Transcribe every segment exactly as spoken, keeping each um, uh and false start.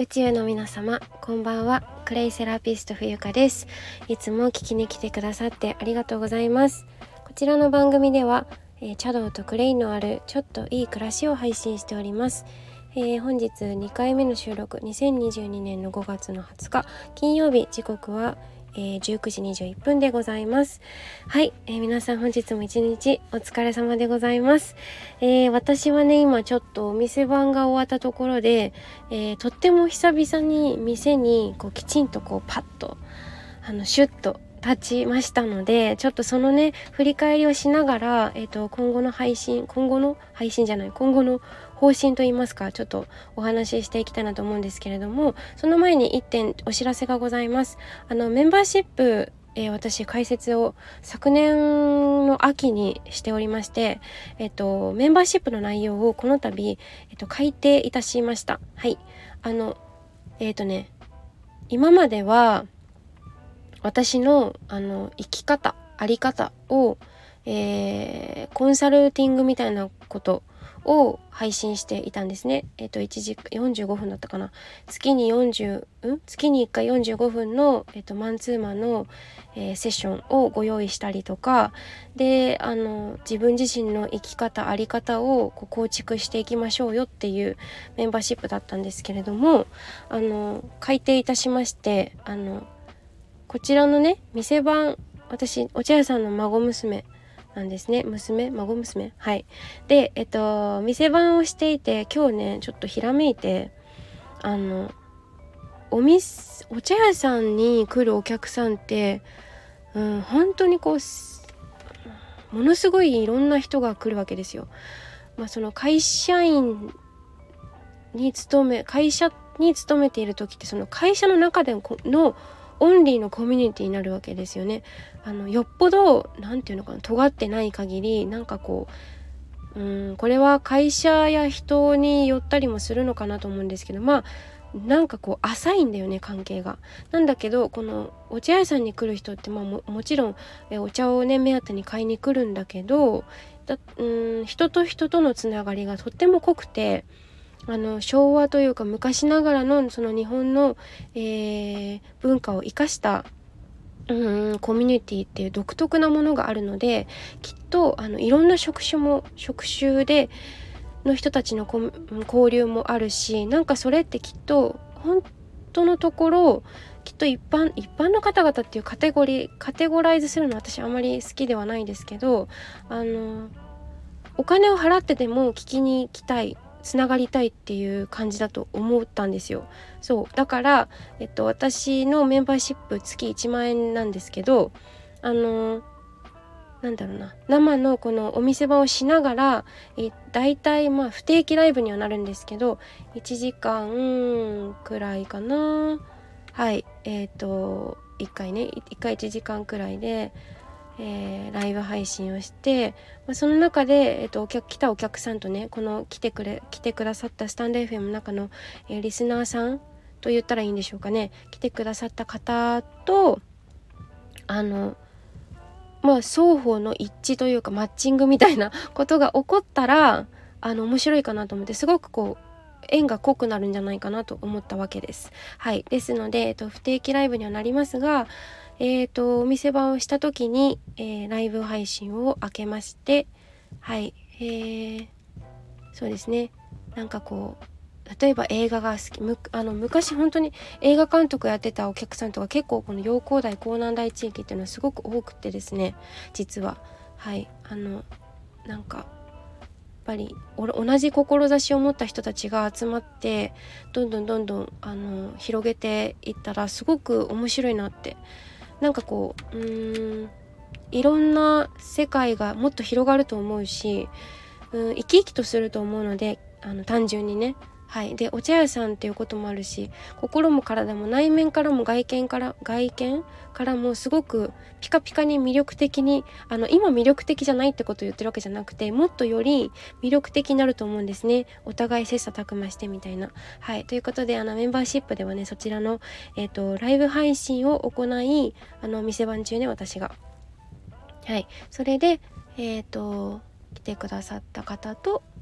宇宙の皆様、こんばんは。クレイセラピスト冬香です。いつも聞きに来てくださってありがとうございます。こちらの番組では、えー、茶道とクレイのあるちょっといい暮らしを配信しております。えー、本日にかいめの収録、にせんにじゅうにねんのごがつのはつか金曜日、時刻はえー、じゅうくじにじゅういっぷんでございます。はい、えー、皆さん本日も一日お疲れ様でございます。えー、私はね今ちょっとお店番が終わったところで、えー、とっても久々に店にこうきちんとこうパッとあのシュッと立ちましたので、ちょっとそのね振り返りをしながら、えーと、今後の配信今後の配信じゃない今後の方針といいますか、ちょっとお話ししていきたいなと思うんですけれども、その前にいってんお知らせがございます。あのメンバーシップ、えー、私開設を昨年の秋にしておりまして、えっとメンバーシップの内容をこの度、えっと、改定いたしました。はい、あのえっとね今までは私のあの生き方あり方を、えー、コンサルティングみたいなことを配信していたんですね。えっといちじよんじゅうごふんだったかな。月によんじゅう、ん月にいっかいよんじゅうごふんの、えっと、マンツーマンの、えー、セッションをご用意したりとかで、あの自分自身の生き方あり方をこう構築していきましょうよっていうメンバーシップだったんですけれども、あの改定いたしまして、あのこちらのね店番、私お茶屋さんの孫娘なんですね。娘孫娘はいでえっと店番をしていて、今日ねちょっとひらめいて、あのお店お茶屋さんに来るお客さんって、うん、本当にこうものすごいいろんな人が来るわけですよ。まあその会社員に勤め会社に勤めている時って、その会社の中でのオンリーのコミュニティになるわけですよね。あのよっぽどなんていうのかな、尖ってない限りなんかこう、うんこれは会社や人によったりもするのかなと思うんですけど、まあなんかこう浅いんだよね関係が。なんだけどこのお茶屋さんに来る人って、まあ も, もちろんえお茶をね目当てに買いに来るんだけど、だうん人と人とのつながりがとっても濃くて、あの昭和というか昔ながらのその日本の、えー、文化を生かしたうんコミュニティっていう独特なものがあるので、きっとあのいろんな職種も職種での人たちの交流もあるし、なんかそれってきっと本当のところきっと一般一般の方々っていうカテゴリーカテゴライズするのは私あまり好きではないんですけど、あのお金を払ってでも聞きに行きたい、つながりたいっていう感じだと思ったんですよ。そうだから、えっと、私のメンバーシップ月いちまんえんなんですけど、あのなんだろうな生のこのお店番をしながら、えだいたいまあ不定期ライブにはなるんですけどいちじかんくらいかな。はいえっといっかいねいっかいいちじかんくらいでえー、ライブ配信をして、まあ、その中で、えーと、お客来たお客さんとね、この来てくれ来てくださったスタンド エフエム の中の、えー、リスナーさんと言ったらいいんでしょうかね、来てくださった方とあのまあ双方の一致というかマッチングみたいなことが起こったらあの面白いかなと思って、すごくこう縁が濃くなるんじゃないかなと思ったわけです。はいですので、えっと、不定期ライブにはなりますが、えーと、お店番をした時に、えー、ライブ配信を開けまして、はい、えー、そうですね、なんかこう例えば映画が好き、むあの昔本当に映画監督やってたお客さんとか結構この陽光台江南台地域っていうのはすごく多くてですね、実ははいあのなんかやっぱり同じ志を持った人たちが集まってどんどんどんどんあの広げていったらすごく面白いなって、なんかこううーんいろんな世界がもっと広がると思うし、うん生き生きとすると思うので、あの単純にね、はいでお茶屋さんっていうこともあるし、心も体も内面からも外見から外見からもすごくピカピカに魅力的に、あの今魅力的じゃないってことを言ってるわけじゃなくて、もっとより魅力的になると思うんですね。お互い切磋琢磨してみたいな。はいということで、あのメンバーシップではね、そちらのえっとライブ配信を行い、あの店番中ね私がはいそれでえっと来てくださった方と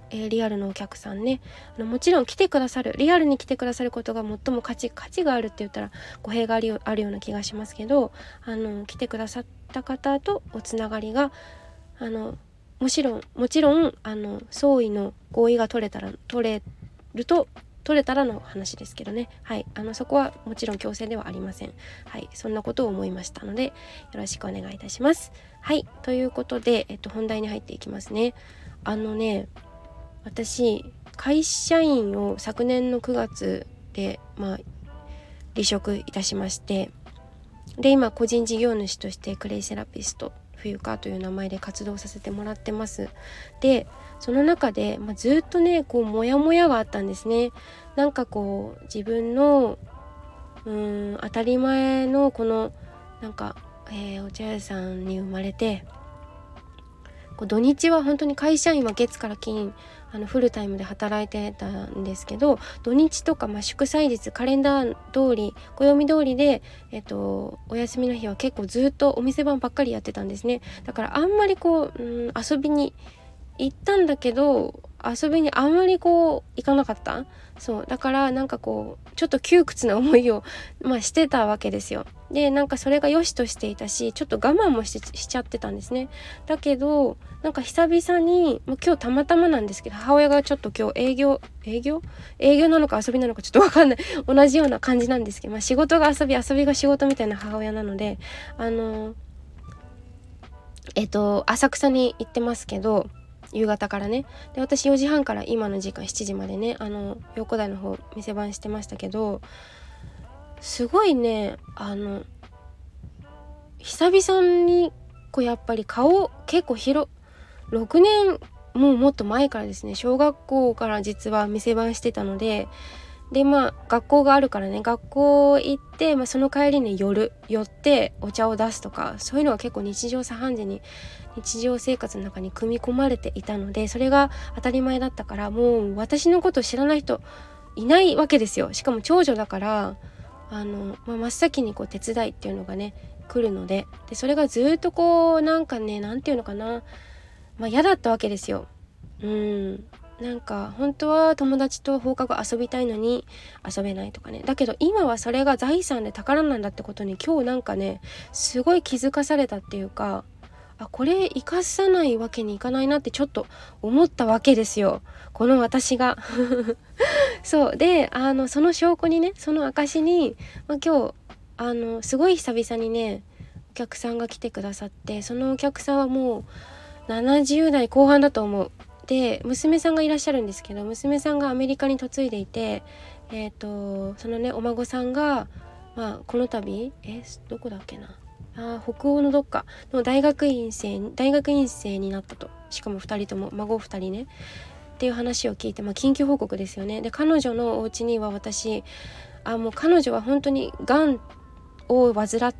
えー、リアルのお客さんね、あのもちろん来てくださる、リアルに来てくださることが最も価値価値があるって言ったら語弊があるよあるような気がしますけど、あの来てくださった方とおつながりがあのもちろんもちろんあの相違の合意が取れたら取れると取れたらの話ですけどね。はい、あのそこはもちろん強制ではありません。はい、そんなことを思いましたのでよろしくお願いいたします。はい、ということで、えっと、本題に入っていきますね。あのね、私会社員を昨年のくがつで、まあ、離職いたしまして、で今個人事業主としてクレイセラピスト冬香という名前で活動させてもらってます。でその中で、まあ、ずっとねこうモヤモヤがあったんですね。なんかこう自分のうーん当たり前のこのなんか、えー、お茶屋さんに生まれて、こう土日は本当に会社員は月から金あのフルタイムで働いてたんですけど、土日とか、まあ、祝祭日カレンダー通り暦通りで、えっと、お休みの日は結構ずっとお店番ばっかりやってたんですね。だからあんまりこう、うん、遊びに行ったんだけど遊びにあんまりこう行かなかった。そうだからなんかこうちょっと窮屈な思いを、まあ、してたわけですよ。でなんかそれが良しとしていたし、ちょっと我慢もし、しちゃってたんですね。だけどなんか久々にもう今日たまたまなんですけど、母親がちょっと今日営業営業営業なのか遊びなのかちょっと分かんない同じような感じなんですけど、まあ、仕事が遊び遊びが仕事みたいな母親なので、あのえっと浅草に行ってますけど夕方からね。で私よじはんから今の時間しちじまでね、あの陽子台の方店番してましたけど、すごいねあの久々にこうやっぱり顔結構広ろくねんもうもっと前からですね、小学校から実は店番してたので、でまあ学校があるからね、学校行って、まあ、その帰りに寄る寄ってお茶を出すとか、そういうのが結構日常茶飯事に日常生活の中に組み込まれていたので、それが当たり前だったから、もう私のことを知らない人いないわけですよ。しかも長女だからあの、まあ、真っ先にこう手伝いっていうのがね来るので、でそれがずっとこうなんかねなんていうのかな、まあ嫌だったわけですよ。うんなんか本当は友達と放課後遊びたいのに遊べないとかね。だけど今はそれが財産で宝なんだってことに今日なんかねすごい気づかされたっていうか、あこれ生かさないわけにいかないなってちょっと思ったわけですよ、この私がそうであのその証拠にね、その証に、まあ、今日あのすごい久々にねお客さんが来てくださって、そのお客さんはもうななじゅう代後半だと思う。で娘さんがいらっしゃるんですけど、娘さんがアメリカに嫁いでいて、えっとそのねお孫さんが、まあ、この度えどこだっけなあ北欧のどっかの大学院生大学院生になったと。しかもふたりとも孫ふたりねっていう話を聞いて、まあ、緊急報告ですよね。で彼女のお家には私あもう彼女は本当にがんを患って、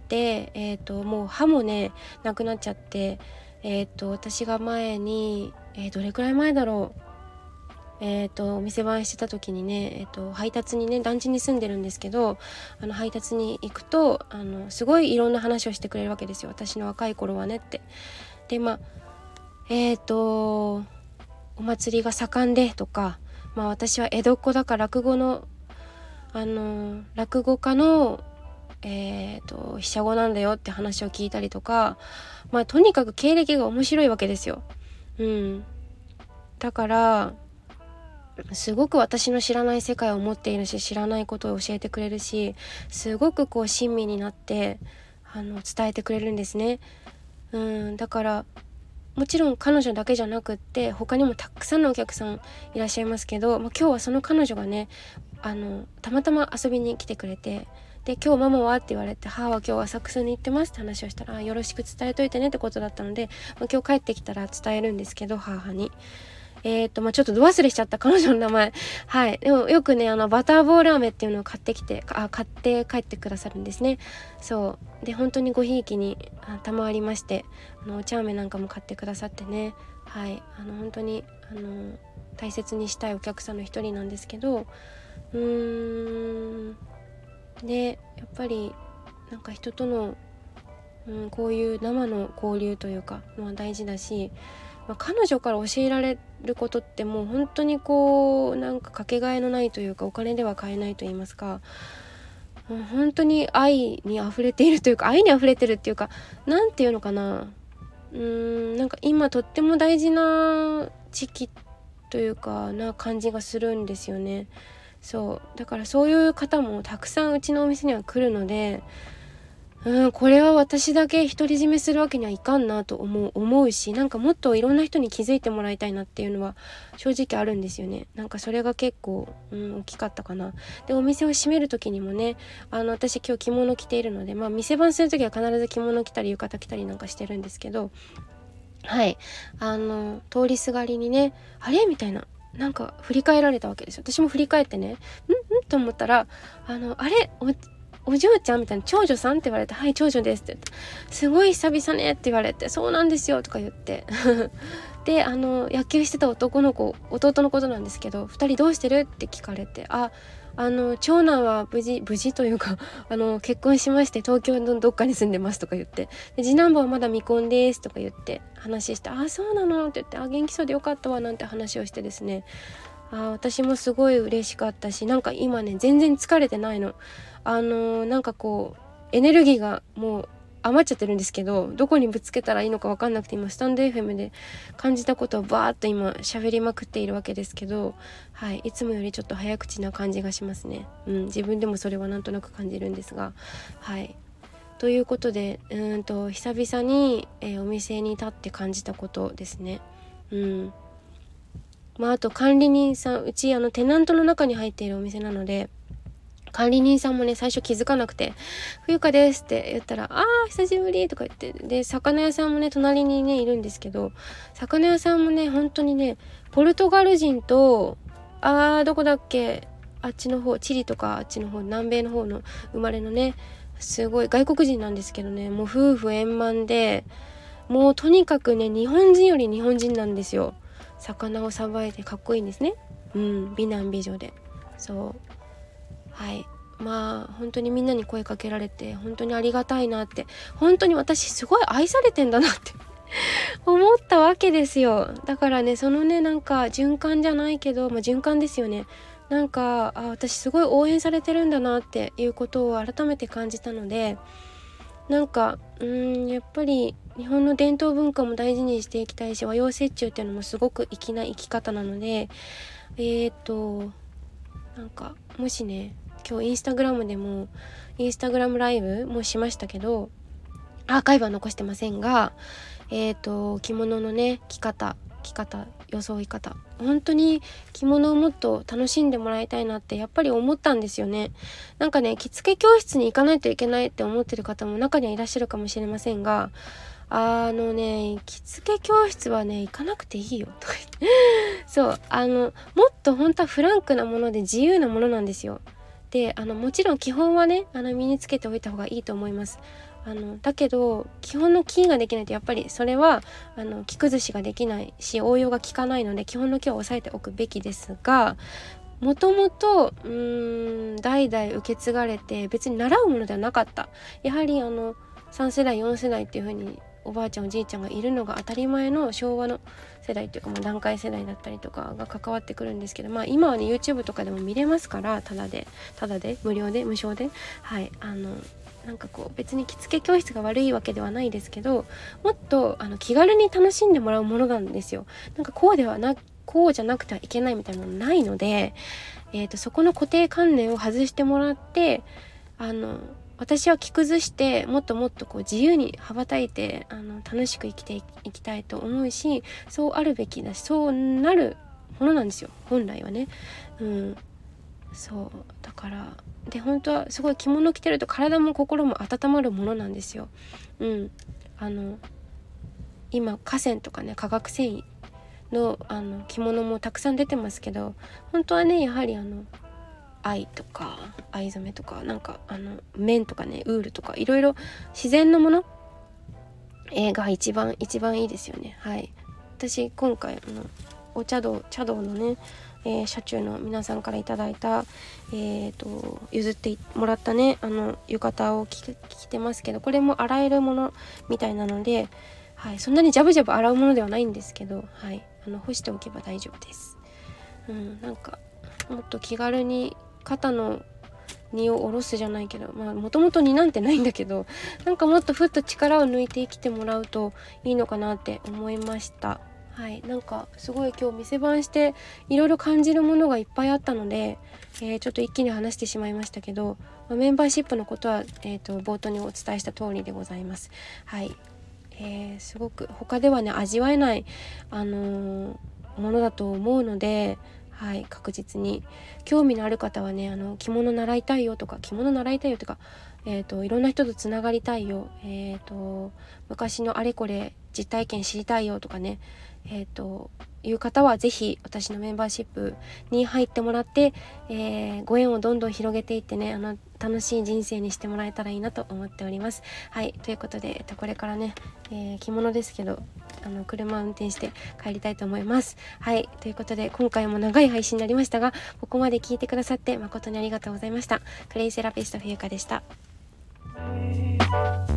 えー、ともう歯もねなくなっちゃって、えー、と私が前に、えー、どれくらい前だろうえー、とお店番してた時にね、えー、と配達にね団地に住んでるんですけど、あの配達に行くとあのすごいいろんな話をしてくれるわけですよ、私の若い頃はねって。でまあえっ、とお祭りが盛んでとか、まあ私は江戸っ子だから落語のあの落語家のえー、と飛車語なんだよって話を聞いたりとか、まあとにかく経歴が面白いわけですよ。うんだからすごく私の知らない世界を持っているし、知らないことを教えてくれるし、すごくこう親身になってあの伝えてくれるんですね。うんだからもちろん彼女だけじゃなくって他にもたくさんのお客さんいらっしゃいますけど、まあ、今日はその彼女がねあのたまたま遊びに来てくれて、で今日ママはって言われて、母は今日浅草に行ってますって話をしたら、よろしく伝えといてねってことだったので、まあ、今日帰ってきたら伝えるんですけど、母にえーとまあ、ちょっとど忘れしちゃった彼女の名前。はいでもよくねあのバターボール飴っていうのを買ってきてあ買って帰ってくださるんですね。そうで本当にごひいきに賜りまして、あのお茶飴なんかも買ってくださってね、はいあの本当にあの大切にしたいお客さんの一人なんですけど、うーんでやっぱりなんか人との、うん、こういう生の交流というかのは大事だし、 まあ、彼女から教えられることってもう本当にこうなんかかけがえのないというか、お金では買えないと言いますか、もう本当に愛に溢れているというか、愛に溢れてるっていうか、なんていうのかな、うーんなんか今とっても大事な時期というかな感じがするんですよね。そうだからそういう方もたくさんうちのお店には来るので、うん、これは私だけ独り占めするわけにはいかんなと思う思うし、なんかもっといろんな人に気づいてもらいたいなっていうのは正直あるんですよね。なんかそれが結構、うん、大きかったかな。でお店を閉める時にもね、あの私今日着物着ているので、まあ店番する時は必ず着物着たり浴衣着たりなんかしてるんですけど、はいあの通りすがりにね、あれみたいな、なんか振り返られたわけですよ。私も振り返ってね、んんと思ったら、あのあれおお嬢ちゃんみたいな、長女さんって言われて、はい長女ですって言って、すごい久々ねって言われて、そうなんですよとか言ってであの野球してた男の子、弟のことなんですけど、ふたりどうしてるって聞かれて、ああの長男は無事無事というかあの結婚しまして東京のどっかに住んでますとか言って、で次男坊はまだ未婚ですとか言って話して、あそうなのって言って、あ元気そうでよかったわなんて話をしてですね、あ私もすごい嬉しかったし、なんか今ね全然疲れてないの。あのー、なんかこうエネルギーがもう余っちゃってるんですけど、どこにぶつけたらいいのか分かんなくて、今スタンド エフエム で感じたことをバーッと今喋りまくっているわけですけど、はい、いつもよりちょっと早口な感じがしますね。うん、自分でもそれはなんとなく感じるんですが、はいということで、うーんと久々に、えー、お店に立って感じたことですね。うんまあ、あと管理人さん、うちあのテナントの中に入っているお店なので、管理人さんもね最初気づかなくて、冬香ですって言ったら、あー久しぶりとか言って、で魚屋さんもね隣にねいるんですけど、魚屋さんもね本当にねポルトガル人と、あーどこだっけ、あっちの方チリとかあっちの方南米の方の生まれのねすごい外国人なんですけどね、もう夫婦円満で、もうとにかくね日本人より日本人なんですよ。魚をさばいてかっこいいんですね。うん美男美女で、そうはいまあ本当にみんなに声かけられて本当にありがたいなって、本当に私すごい愛されてんだなって思ったわけですよ。だからねそのねなんか循環じゃないけど、まあ、循環ですよね。なんかあ私すごい応援されてるんだなっていうことを改めて感じたので、なんかうーんやっぱり日本の伝統文化も大事にしていきたいし、和洋折衷っていうのもすごく粋な生き方なので、えーっとなんかもしね今日インスタグラムでもインスタグラムライブもしましたけど、アーカイブは残してませんが、えーと着物のね着方着方装い方、本当に着物をもっと楽しんでもらいたいなってやっぱり思ったんですよね。なんかね着付け教室に行かないといけないって思ってる方も中にはいらっしゃるかもしれませんが、あのね着付け教室はね行かなくていいよとか言ってそうあのもっと本当はフランクなもので自由なものなんですよ。であのもちろん基本はねあの身につけておいた方がいいと思います。あのだけど基本のキーができないとやっぱりそれはあの着崩しができないし応用が効かないので、基本のキーを押さえておくべきですが、もともとうーん代々受け継がれて別に習うものではなかった。やはりあのさん世代よん世代っていう風におばあちゃんおじいちゃんがいるのが当たり前の昭和の世代っていうか、まあ、団塊世代だったりとかが関わってくるんですけど、まあ今はね YouTube とかでも見れますから、ただでただで無料で無償で、はいあのなんかこう別に着付け教室が悪いわけではないですけど、もっとあの気軽に楽しんでもらうものなんですよ。なんかこうではなこうじゃなくてはいけないみたいなのないので、えーと、そこの固定観念を外してもらって、あの私は着崩してもっともっとこう自由に羽ばたいてあの楽しく生きていきたいと思うし、そうあるべきだしそうなるものなんですよ本来はね。うんそうだからで本当はすごい着物着てると体も心も温まるものなんですよ。うんあの今河川とかね化学繊維のあの着物もたくさん出てますけど、本当はねやはりあの藍とか藍染めとかなんかあの綿とかねウールとかいろいろ自然のもの、えー、が一番一番いいですよね。はい私今回あのお茶道茶道のね、えー、社中の皆さんからいただいた、えー、と譲ってもらったねあの浴衣を着てますけど、これも洗えるものみたいなので、 はい、そんなにジャブジャブ洗うものではないんですけど、はい、あの干しておけば大丈夫です。うん、なんかもっと気軽に肩の荷を下ろすじゃないけど、まあもともと荷なんてないんだけど、なんかもっとふっと力を抜いて生きてもらうといいのかなって思いました。はい、なんかすごい今日店番していろいろ感じるものがいっぱいあったので、えー、ちょっと一気に話してしまいましたけど、まあ、メンバーシップのことは、えーと、冒頭にお伝えした通りでございます。はい、えー、すごく他ではね味わえない、あのー、ものだと思うので、はい、確実に興味のある方はね、あの着物習いたいよとか、着物習いたいよとか、えーと、いろんな人とつながりたいよ、えーと、昔のあれこれ実体験知りたいよとかね、えーという方はぜひ私のメンバーシップに入ってもらって、えー、ご縁をどんどん広げていってね、あの楽しい人生にしてもらえたらいいなと思っております。はい、ということで、えっと、これからね、えー、着物ですけど、あの車を運転して帰りたいと思います。はい、ということで今回も長い配信になりましたが、ここまで聞いてくださって誠にありがとうございました。クレイセラピスト冬香でした。